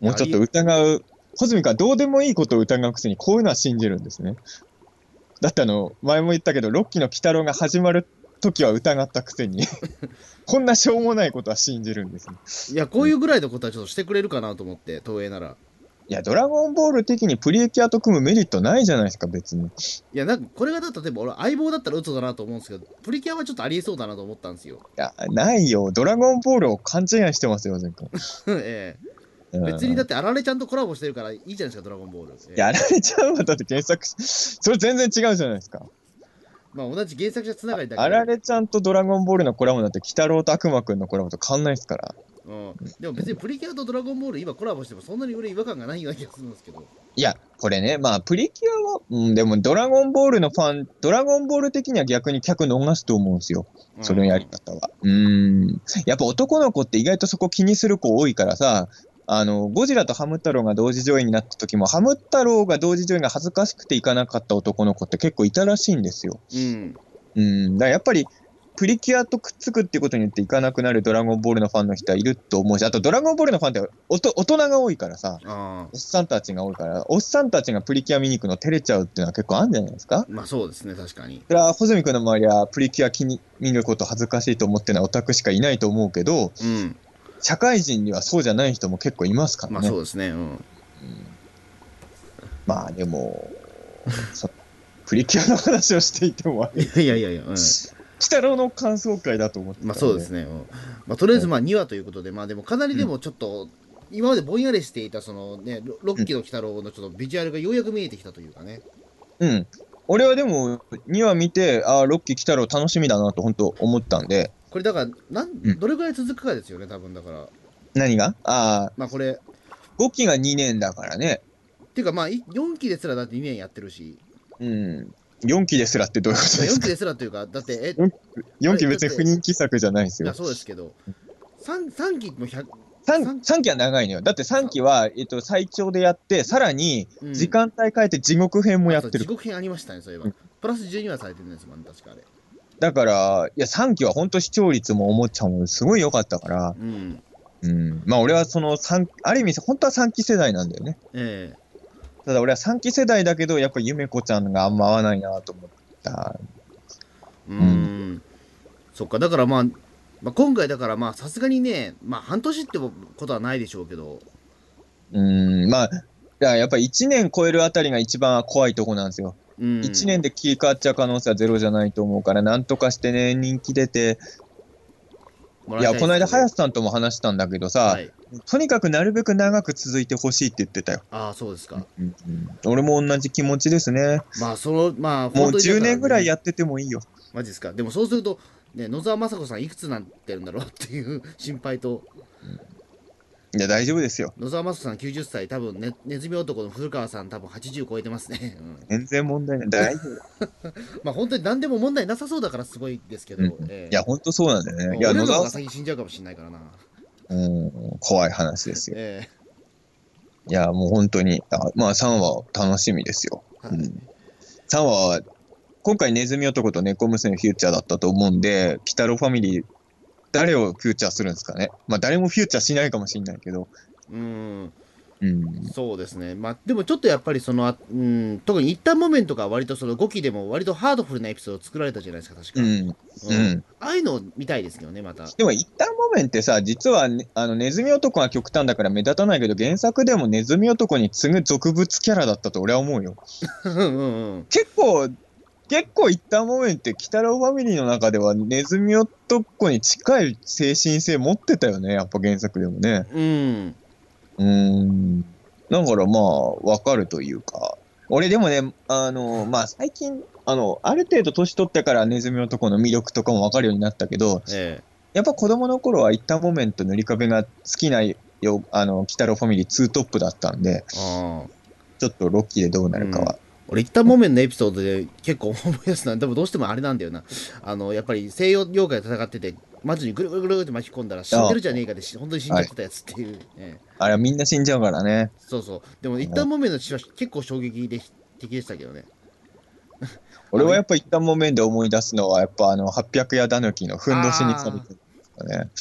もうちょっと疑う。穂積君はどうでもいいことを疑うくせにこういうのは信じるんですね。だって前も言ったけど、ロッキーの鬼太郎が始まる時は疑ったくせに、こんなしょうもないことは信じるんですね。 いや、こういうぐらいのことはちょっとしてくれるかなと思って、東映なら。 いや、ドラゴンボール的にプリキュアと組むメリットないじゃないですか、別に。 いや、なんか、これが例えば俺、相棒だったら嘘だなと思うんですけど、プリキュアはちょっとありえそうだなと思ったんですよ。 いや、ないよ。ドラゴンボールを勘違いしてますよ、全く。 別にだってあられちゃんとコラボしてるからいいじゃないですか、ドラゴンボール。 いや、あられちゃんはだって検索それ全然違うじゃないですか。 まあ同じ原作者つながりだけど。 あられちゃんとドラゴンボールのコラボだって、鬼太郎と悪魔くんのコラボと変わんないですから。 でも別にプリキュアとドラゴンボール今コラボしてもそんなに俺違和感がないような気がするんですけど。 いや、これね、まあ、プリキュアは、でもドラゴンボールのファン、ドラゴンボール的には逆に客逃すと思うんですよ。それのやり方は。やっぱ男の子って意外とそこ気にする子多いからさ、ゴジラとハム太郎が同時上映になった時も、ハム太郎が同時上映が恥ずかしくて行かなかった男の子って結構いたらしいんですよ。だからやっぱり、プリキュアとくっつくっていうことによって行かなくなるドラゴンボールのファンの人はいると思うし、あとドラゴンボールのファンって大人が多いからさ、おっさんたちが多いから、おっさんたちがプリキュア見に行くの照れちゃうっていうのは結構あるんじゃないですか。 まあそうですね、確かに。 それは、穂積君の周りはプリキュア見ること恥ずかしいと思ってないオタクしかいないと思うけど、社会人にはそうじゃない人も結構いますからね。 まあそうですね。 まあでも、プリキュアの話をしていてもいや。 鬼太郎の感想会だと思ってた、 まあそうですね。とりあえずまあ2話ということで、まあでもかなりでもちょっと、今までぼんやりしていたそのね、ロッキーの鬼太郎のちょっとビジュアルがようやく見えてきたというかね。 俺はでも2話見て、ロッキー鬼太郎楽しみだなと本当思ったんで。 これだからどれぐらい続くかですよね、多分だから。 何が？ まあこれ。 5期が2年だからね。 っていうかまあ4期ですらだって2年やってるし。 4期ですらってどういうことですか？ 4期ですらというか、だって 4期別に不人気作じゃないですよ。 いや、そうですけど、3期も 3期は長いのよ。だって3期は、最長でやって、さらに時間帯変えて地獄編もやってる。 地獄編ありましたね、そういえば。プラス12話されてるんですもんね、確かあれ。 だから、いや、3期は本当視聴率もおもちゃもすごい良かったから、まあ俺はそのある意味、本当は3期世代なんだよね。ただ俺は3期世代だけど、やっぱりゆめこちゃんがあんま合わないなと思った。 そっか、だからまあ、今回だからまあ、さすがにね、まあ半年ってことはないでしょうけど。 まあ、やっぱり1年超えるあたりが一番怖いとこなんですよ。1年で切り替わっちゃう可能性はゼロじゃないと思うから、なんとかしてね、人気出て、いや、この間、林さんとも話したんだけどさ、 とにかくなるべく長く続いてほしいって言ってたよ。 ああ、そうですか。 俺も同じ気持ちですね。 まあ、まあ、 もう10 本当にだからね年ぐらいやっててもいいよ。 マジですか。でもそうすると、ね、野沢雅子さんいくつなってるんだろうっていう心配と、 いや、大丈夫ですよ。 野沢雅子さん90歳、多分ね、ネズミ男の古川さん多分80超えてますね。 全然問題ない。大丈夫。 まあ本当に何でも問題なさそうだからすごいですけど、 いや、ほんとそうなんだよね。いや、 俺らの方野沢さん、 が先死んじゃうかもしれないからな。 怖い話ですよ。 えいや、もう本当に、まあ3話楽しみですよ。 はい、 3話は、今回ネズミ男と猫娘フューチャーだったと思うんで、鬼太郎ファミリー、誰をフューチャーするんですかね。まあ誰もフューチャーしないかもしれないけど。 そうですね。まあでもちょっとやっぱり特に一旦モメントが割とその5期でも割とハードフルなエピソードを作られたじゃないですか、確か。ああいうの見たいですけどね、また。 でも一旦モメンってさ、実は、ね、ネズミ男が極端だから目立たないけど、原作でもネズミ男に次ぐ俗物キャラだったと俺は思うよ。結構一旦モメンって鬼太郎ファミリーの中ではネズミ男に近い精神性持ってたよね、やっぱ原作でもね。だからまあ、わかるというか。俺でもね、まあ最近、ある程度年取ってからネズミ男の魅力とかもわかるようになったけど、やっぱ子供の頃は一旦モメント塗り壁が好きなよ、鬼太郎ファミリーツートップだったんで、ちょっとロッキーでどうなるかは。 俺一旦モメンのエピソードで結構思い出すのは、でもどうしてもあれなんだよな。やっぱり西洋妖怪で戦ってて、魔女にぐるぐるぐるって巻き込んだら死んでるじゃねえかで、本当に死んじゃってたやつっていう。 あれみんな死んじゃうからね。 そうそう。でも一旦モメンの血は結構衝撃的でしたけどね。 俺はやっぱ一旦モメンで思い出すのは、やっぱ800夜だぬきのふんどしにされてるんですかね。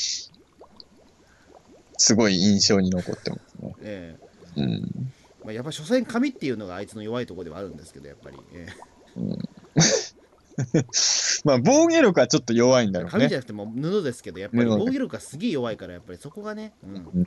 すごい印象に残ってますね。 まあ、やっぱ所詮紙っていうのがあいつの弱いところではあるんですけど、やっぱり。 まあ防御力はちょっと弱いんだろうね。 紙じゃなくても布ですけど、やっぱり防御力がすげえ弱いから、やっぱりそこがね。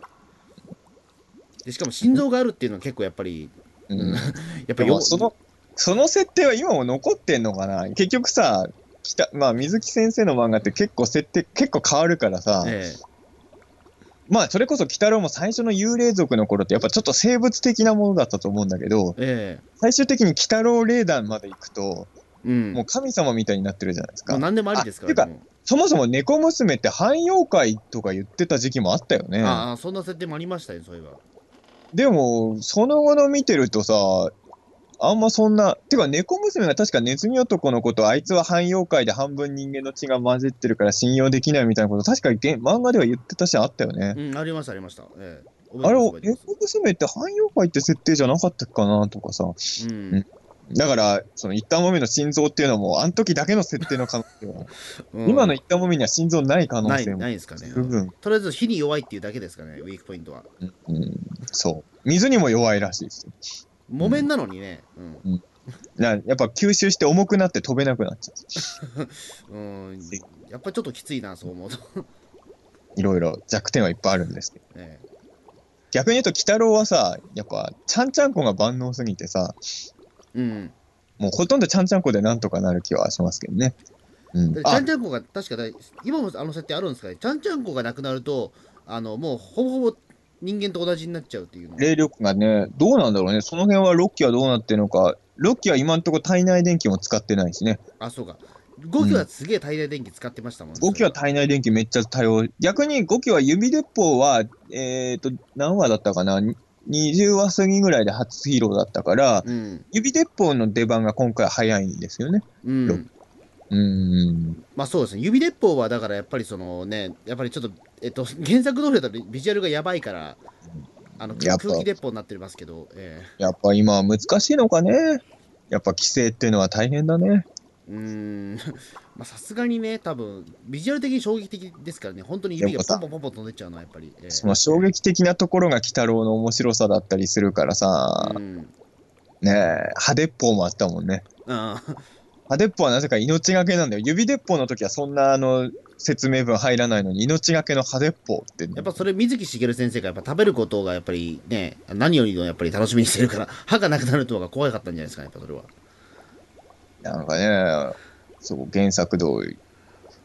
でしかも心臓があるっていうのは結構やっぱり、 やっぱその設定は今も残ってんのかな。結局さ、まあ水木先生の漫画って結構設定結構変わるからさ、まあそれこそ鬼太郎も最初の幽霊族の頃ってやっぱちょっと生物的なものだったと思うんだけど、最終的に鬼太郎霊団まで行くと、もう神様みたいになってるじゃないですか。 何でもありですからね。 てかそもそも猫娘って半妖怪とか言ってた時期もあったよね。 ああ、そんな設定もありましたよ、そういえば。 でもその後の見てるとさ、あんまそんな、てか猫娘が確かネズミ男のこと、あいつは半妖怪で半分人間の血が混じってるから信用できないみたいなこと、確かに漫画では言ってたしあったよね。 ありました、ありました。 あれ、猫娘って半妖怪って設定じゃなかったかなとかさ。だから、その一旦もみの心臓っていうのも、あの時だけの設定の可能性は、今の一旦もみには心臓ない可能性も。 ないですかね。とりあえず火に弱いっていうだけですかね、ウィークポイントは。 そう。水にも弱いらしいですよ。 木綿なのにね。 やっぱ吸収して重くなって飛べなくなっちゃう。やっぱちょっときついな、そう思うと。 いろいろ弱点はいっぱいあるんですけど。逆に言うと、鬼太郎はさ、やっぱ、ちゃんちゃんこが万能すぎてさ、もうほとんどちゃんちゃんこでなんとかなる気はしますけどね。 ちゃんちゃんこが確か今も設定あるんですかね。ちゃんちゃんこがなくなると、もうほぼほぼ人間と同じになっちゃうっていうの。 霊力がね、どうなんだろうね。その辺はロッキーはどうなってるのか。ロッキーは今んとこ体内電気も使ってないしね。 あ、そうか。5期はすげえ体内電気使ってましたもんね。 5期は体内電気めっちゃ多用。逆に5期は指鉄砲は、何話だったかな ?20 話過ぎぐらいで初披露だったから、指鉄砲の出番が今回早いんですよね。 まあそうですね。指鉄砲はだからやっぱりそのね、やっぱりちょっと、原作通りだとビジュアルがやばいから、空気鉄砲になってますけど、 やっぱ今は難しいのかね。やっぱ規制っていうのは大変だね。 まあさすがにね、多分ビジュアル的に衝撃的ですからね、本当に指がポンポンポンポン飛んでっちゃうのはやっぱり。 その衝撃的なところが鬼太郎の面白さだったりするからさ、ねえ、派鉄砲もあったもんね。派鉄砲はなぜか命がけなんだよ。指鉄砲の時はそんな説明文入らないのに、命がけの派鉄砲って、 やっぱそれ水木しげる先生がやっぱ食べることがやっぱりね、何よりのやっぱり楽しみにしてるから歯がなくなるのが怖かったんじゃないですかね、やっぱそれは。 なんかね、そう原作通り。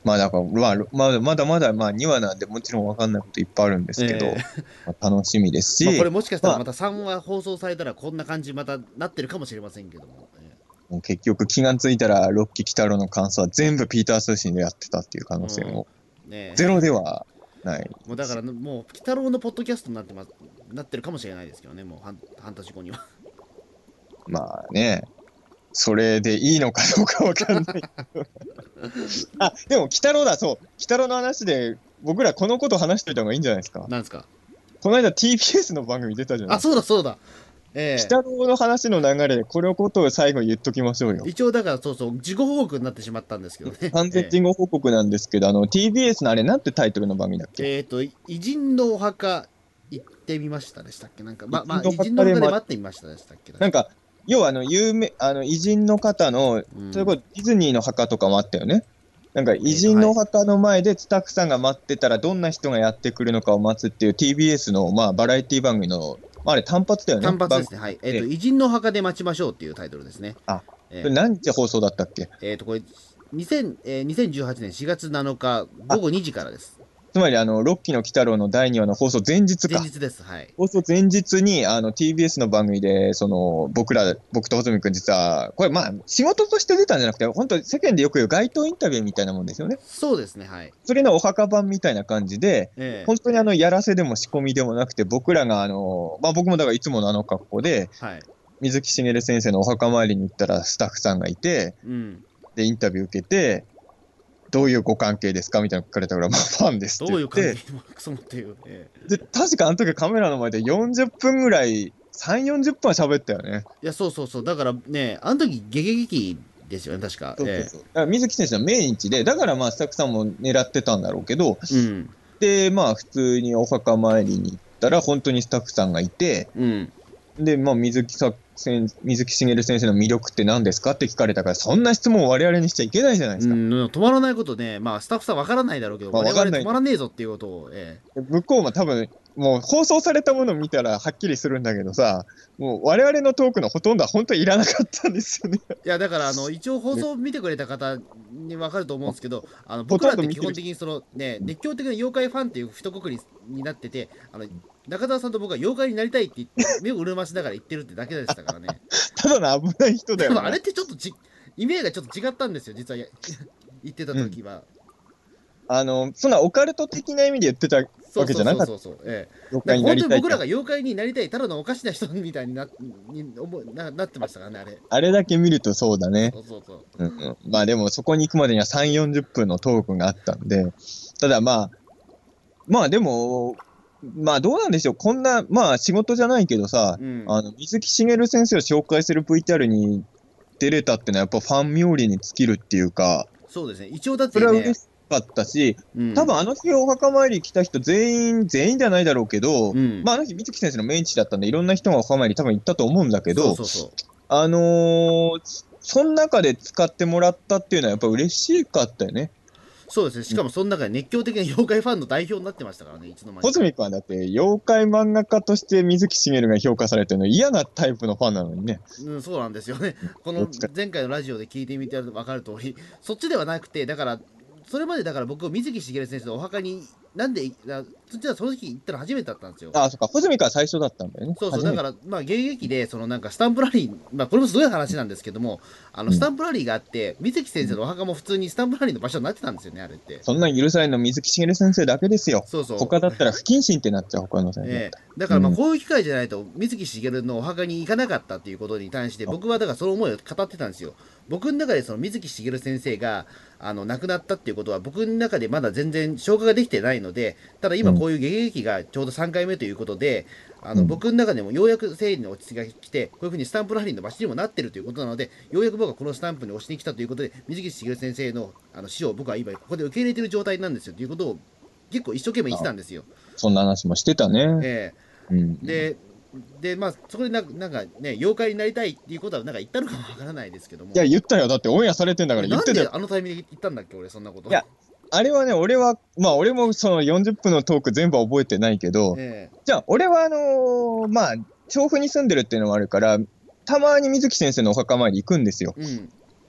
まあだから、まだまあ2話なんでもちろんわかんないこといっぱいあるんですけど、 えまあ楽しみですまあこし、 れもしかしたらまた3話放送されたらこんな感じまたなってるかもしれませんけども、 もう結局気がついたらロッキー・キタロの感想は全部ピーター通信でやってたっていう可能性もねゼロではない。 もうだからもう鬼太郎のポッドキャストになってるかもしれないですけどね、もう半年後には。 まあね、それでいいのかどうかわかんない。あ、でも、鬼太郎だ、そう。鬼太郎の話で、僕らこのこと話しといた方がいいんじゃないですか。 なんですか？ この間 TBS の番組出たじゃないあ、 ですか。 そうだそうだ。 鬼太郎の話の流れで、これのことを最後言っときましょうよ。 一応だからそうそう、自己報告になってしまったんですけどね。 完全事後報告なんですけど、TBS のあれ、なんてタイトルの番組だっけ？ 偉人のお墓行ってみましたでしたっけ？なんか、偉偉人のお墓で人のお墓で待ってみましたでしたっけ？ なんか、要は偉人の方の、 うんそれこそディズニーの墓とかもあったよね。なんか、偉人のお墓の前でスタッフさんが待ってたら、どんな人がやってくるのかを待つっていう TBS の、まあ、バラエティ番組の、まあ、あれ単発だよね。 単発ですね。はい。偉人のお墓で待ちましょうっていうタイトルですね。 あ、 えそれ何日放送だったっけ？ これ、2018年4月7日午後2時からです。 つまり、ロッキーの鬼太郎の第2話の放送前日か。 前日です。はい。 放送前日に、TBS の番組で、僕と穂積君実は、これまあ、仕事として出たんじゃなくて、本当世間でよく言う街頭インタビューみたいなもんですよね。 そうですね。はい。 それのお墓版みたいな感じで、 え本当にやらせでも仕込みでもなくて、僕らがまあ僕もだからいつもの格好で、 はい。 水木しげる先生のお墓参りに行ったらスタッフさんがいて、 うん。 で、インタビュー受けて、どういうご関係ですかみたいなの聞かれたから、まあファンですってどういう感言って、 じもクソもっていう。 で、確かあの時カメラの前で40分ぐらい、3、40分は喋ったよね。 いや、そうそうそう。だからね、あの時、ゲゲゲキですよね、確か。 そうそうそう。だから水木先生の命日で、だからまあスタッフさんも狙ってたんだろうけど、 うん。 で、まあ普通にお墓参りに行ったら、本当にスタッフさんがいて、 うん。 で、まあ水木しげる先生の魅力って何ですかって聞かれたから、そんな質問を我々にしちゃいけないじゃないですか。 止まらないことね、まあ、スタッフさんわからないだろうけど、 まあ我わかんない 々止まらねえぞっていうことを、 向こうも多分、もう放送されたものを見たらはっきりするんだけどさ、もう我々のトークのほとんどは本当にいらなかったんですよね。 いや、だから、一応放送を見てくれた方に分かると思うんですけど、 ほ僕らっとんど見てるて基本的に熱狂的な妖怪ファンっていう一括りになってて、中澤さんと僕は妖怪になりたいって言って、目を潤ましながら言ってるってだけでしたからね。 ただの危ない人だよね。 でもあれってちょっとイメージがちょっと違ったんですよ、実は言ってた時は。 そんなオカルト的な意味で言ってたわけじゃなかった。 そうそうそうそう。 妖怪になりたいって本当に僕らが妖怪になりたい、ただのおかしな人みたいになってましたからね、あれ。 あれだけ見るとそうだね。 そうそうそう。 うんうん、まあでもそこに行くまでには3、40分のトークがあったんで、ただまあでも、まあどうなんでしょう。こんな、まあ仕事じゃないけどさ、 うん、 水木しげる先生を紹介する VTR に出れたってのはやっぱファン冥利に尽きるっていうか、 そうですね。一応だってそれはね、 嬉しかったし、 うん多分あの日お墓参り来た人全員じゃないだろうけど、 うんまああの日水木先生の命日だったんでいろんな人がお墓参り多分行ったと思うんだけど、 そうそうその中で使ってもらったっていうのはやっぱ嬉しかったよね。 そうですね。しかもその中で熱狂的な妖怪ファンの代表になってましたからね、いつの間にか。 穂積君はだって妖怪漫画家として水木しげるが評価されてるの嫌なタイプのファンなのにね。 うん、そうなんですよね。この前回のラジオで聞いてみて分かる通り、そっちではなくて、だから、それまでだから僕、水木しげる先生のお墓に、そっちはその時行ったの初めてだったんですよ。 あ、そっか、穂積君は最初だったんだよね。 そうそう、 初めてだから、まあ、迎撃で、なんか、スタンプラリー、まあ、これもすごい話なんですけども、スタンプラリーがあって、水木先生のお墓も普通にスタンプラリーの場所になってたんですよね、あれって。 そんなん許されるの水木しげる先生だけですよ。 そうそう。 他だったら不謹慎ってなっちゃう、他の先生。 だからまあこういう機会じゃないと水木しげるのお墓に行かなかったっていうことに対して僕はだからその思いを語ってたんですよ。僕の中でその水木しげる先生が亡くなったっていうことは僕の中でまだ全然消化ができてないので、ただ今こういう迎撃がちょうど3回目ということで、僕の中でもようやく整理の落ち着きが来て、こういうふうにスタンプラリーの場所にもなってるということなので、ようやく僕はこのスタンプに押しに来たということで、水木しげる先生の死を僕は今ここで受け入れてる状態なんですよということを結構一生懸命言ってたんですよ。 そんな話もしてたね。 まあそこでなんかね、妖怪になりたいっていうことはなんか言ったのかもわからないですけども。 いや、言ったよ。だってオンエアされてんだから言ってたよ。 なんであのタイミングで言ったんだっけ、俺、そんなこと。 いや、あれはね、俺もその40分のトーク全部は覚えてないけど、じゃあ、俺はまあ、調布に住んでるっていうのもあるから、たまに水木先生のお墓参り行くんですよ。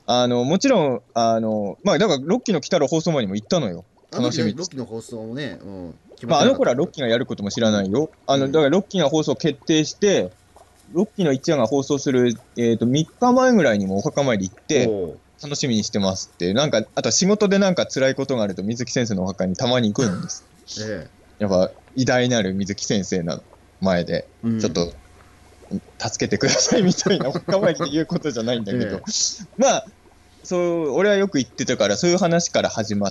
もちろん、まあ、だから、ロッキーの来たら放送前にも言ったのよ。楽しみロッキーの放送もね、うん、決まあ、あの頃はロッー。 キーがやることも知らないよ。 うんだから、ロッキーが放送決定して、ロッキーの1話が放送する、3日前ぐらいにもお墓参り行って、 おう楽しみにしてますって、なんか、あとは仕事でなんか辛いことがあると、水木先生のお墓にたまに行くんです。 えやっぱ、偉大なる水木先生の前で、 え、うんちょっと、助けてくださいみたいなお墓参りで言うことじゃないんだけど、 えまあ、そう、俺はよく言ってたから、そういう話から始まって、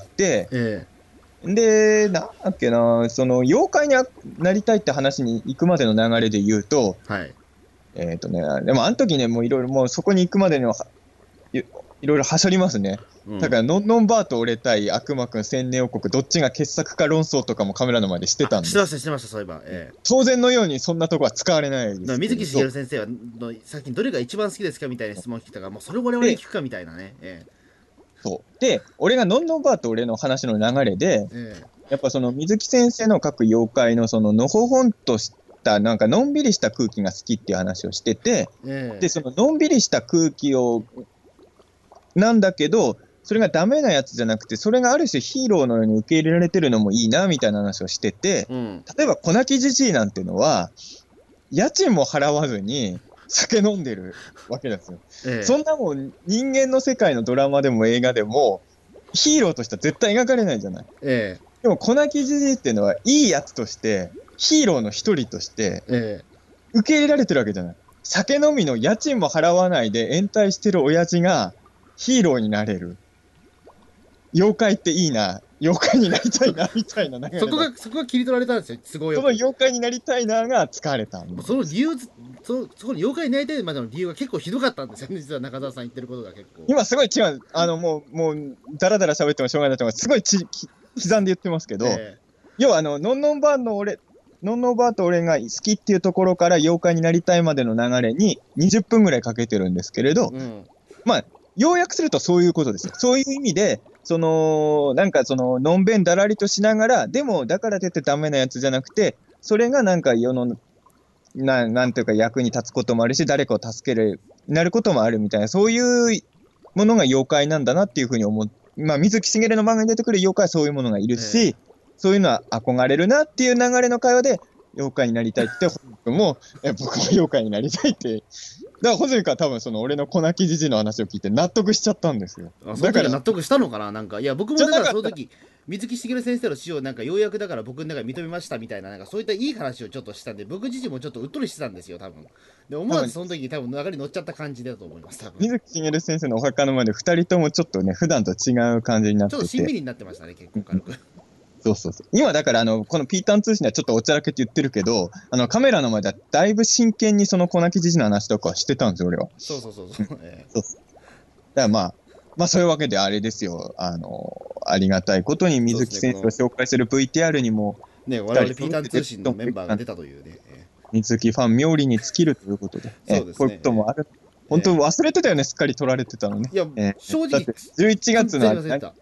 えで、なんだっけな、その、妖怪になりたいって話に行くまでの流れで言うと、 はい。 でもあの時ね、もういろいろ、もうそこに行くまでのいろいろはしょりますね。 うんだから、のんのんばーと俺対悪魔くん千年王国、どっちが傑作か論争とかもカメラの前でしてたんです。 してました、そういえば。 当然のようにそんなとこは使われないですけど。 だから水木しげる先生はさっきどれが一番好きですかみたいな質問を聞いたから、もうそれを我々に聞くかみたいなね。 そう。で、俺がのんのんばーと俺の話の流れで、やっぱその水木先生の描く妖怪のそののほほんとしたなんかのんびりした空気が好きっていう話をしてて、でそののんびりした空気をなんだけどそれがダメなやつじゃなくてそれがある種ヒーローのように受け入れられてるのもいいなみたいな話をしてて、例えば小泣きじじいなんてのは家賃も払わずに酒飲んでるわけですよ、そんなもん人間の世界のドラマでも映画でもヒーローとしては絶対描かれないじゃない。でも小泣きじじいっていうのはいいやつとしてヒーローの一人として受け入れられてるわけじゃない。酒飲みの家賃も払わないで延滞してる親父がヒーローになれる。妖怪っていいな。妖怪になりたいなみたいなそこが切り取られたんですよ、すごいよ。 その妖怪になりたいなが使われたんです。 その理由、そこに妖怪になりたいまでの理由が結構ひどかったんですよね、実は中澤さん言ってることが結構。 今すごい違う。もう、だらだら喋ってもしょうがないと思う。すごい刻んで言ってますけど、要はのんのんばーと俺が好きっていうところから妖怪になりたいまでの流れに20分ぐらいかけてるんですけれど、まあ、要約するとそういうことですよ。そういう意味で、なんかのんべんだらりとしながら、でも、だからといってダメなやつじゃなくて、それがなんか世の、なんていうか役に立つこともあるし、誰かを助ける、なることもあるみたいな、そういうものが妖怪なんだなっていうふうに思う。まあ、水木しげるの漫画に出てくる妖怪はそういうものがいるし、そういうのは憧れるなっていう流れの会話で、妖怪になりたいって、僕も妖怪になりたいって。だから、穂積君は多分俺の小泣きじじの話を聞いて納得しちゃったんですよ。 だから納得したのかななんか、いや、僕もだからその時、水木しげる先生の詩をなんかようやくだから僕の中で認めましたみたいな、なんかそういったいい話をちょっとしたんで、僕自身もちょっとうっとりしてたんですよ、多分。で、思わずその時に多分流れに乗っちゃった感じだと思います、多分。 水木しげる先生のお墓の前で2人ともちょっとね、普段と違う感じになってて。 ちょっとしんみりになってましたね、結構軽く。 そう。今だからこのピーターン通信ではちょっとおちゃらけって言ってるけど、カメラの前ではだいぶ真剣にその小泣きじじの話とかしてたんですよ、俺は。 そう。 そうだからまあそういうわけであれですよ、ありがたいことに水木先生を紹介する VTR にも、 ね、我々ピーターン通信のメンバーが出たというね。 水木ファン冥利に尽きるということで、 そうですね。 こういうこともある。本当忘れてたよね、すっかり撮られてたのね。 いや、正直、 11月の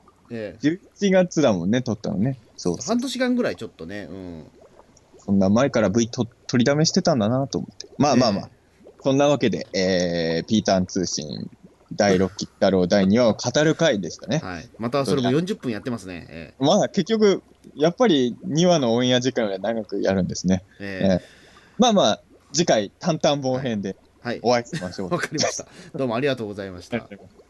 11 月だもんね、撮ったのね。そう半年間ぐらいちょっとね、 そんな前から V 取りだめしてたんだなと思って。まあ。そんなわけで、ピーターン通信第6期太郎第2話を語る回でしたね。 はい。またそれも40分やってますね。 まあ結局、やっぱり2話のオンエア時間より長くやるんですね。まあ、次回、淡々本編でお会いしましょう。 わかりました。どうもありがとうございました。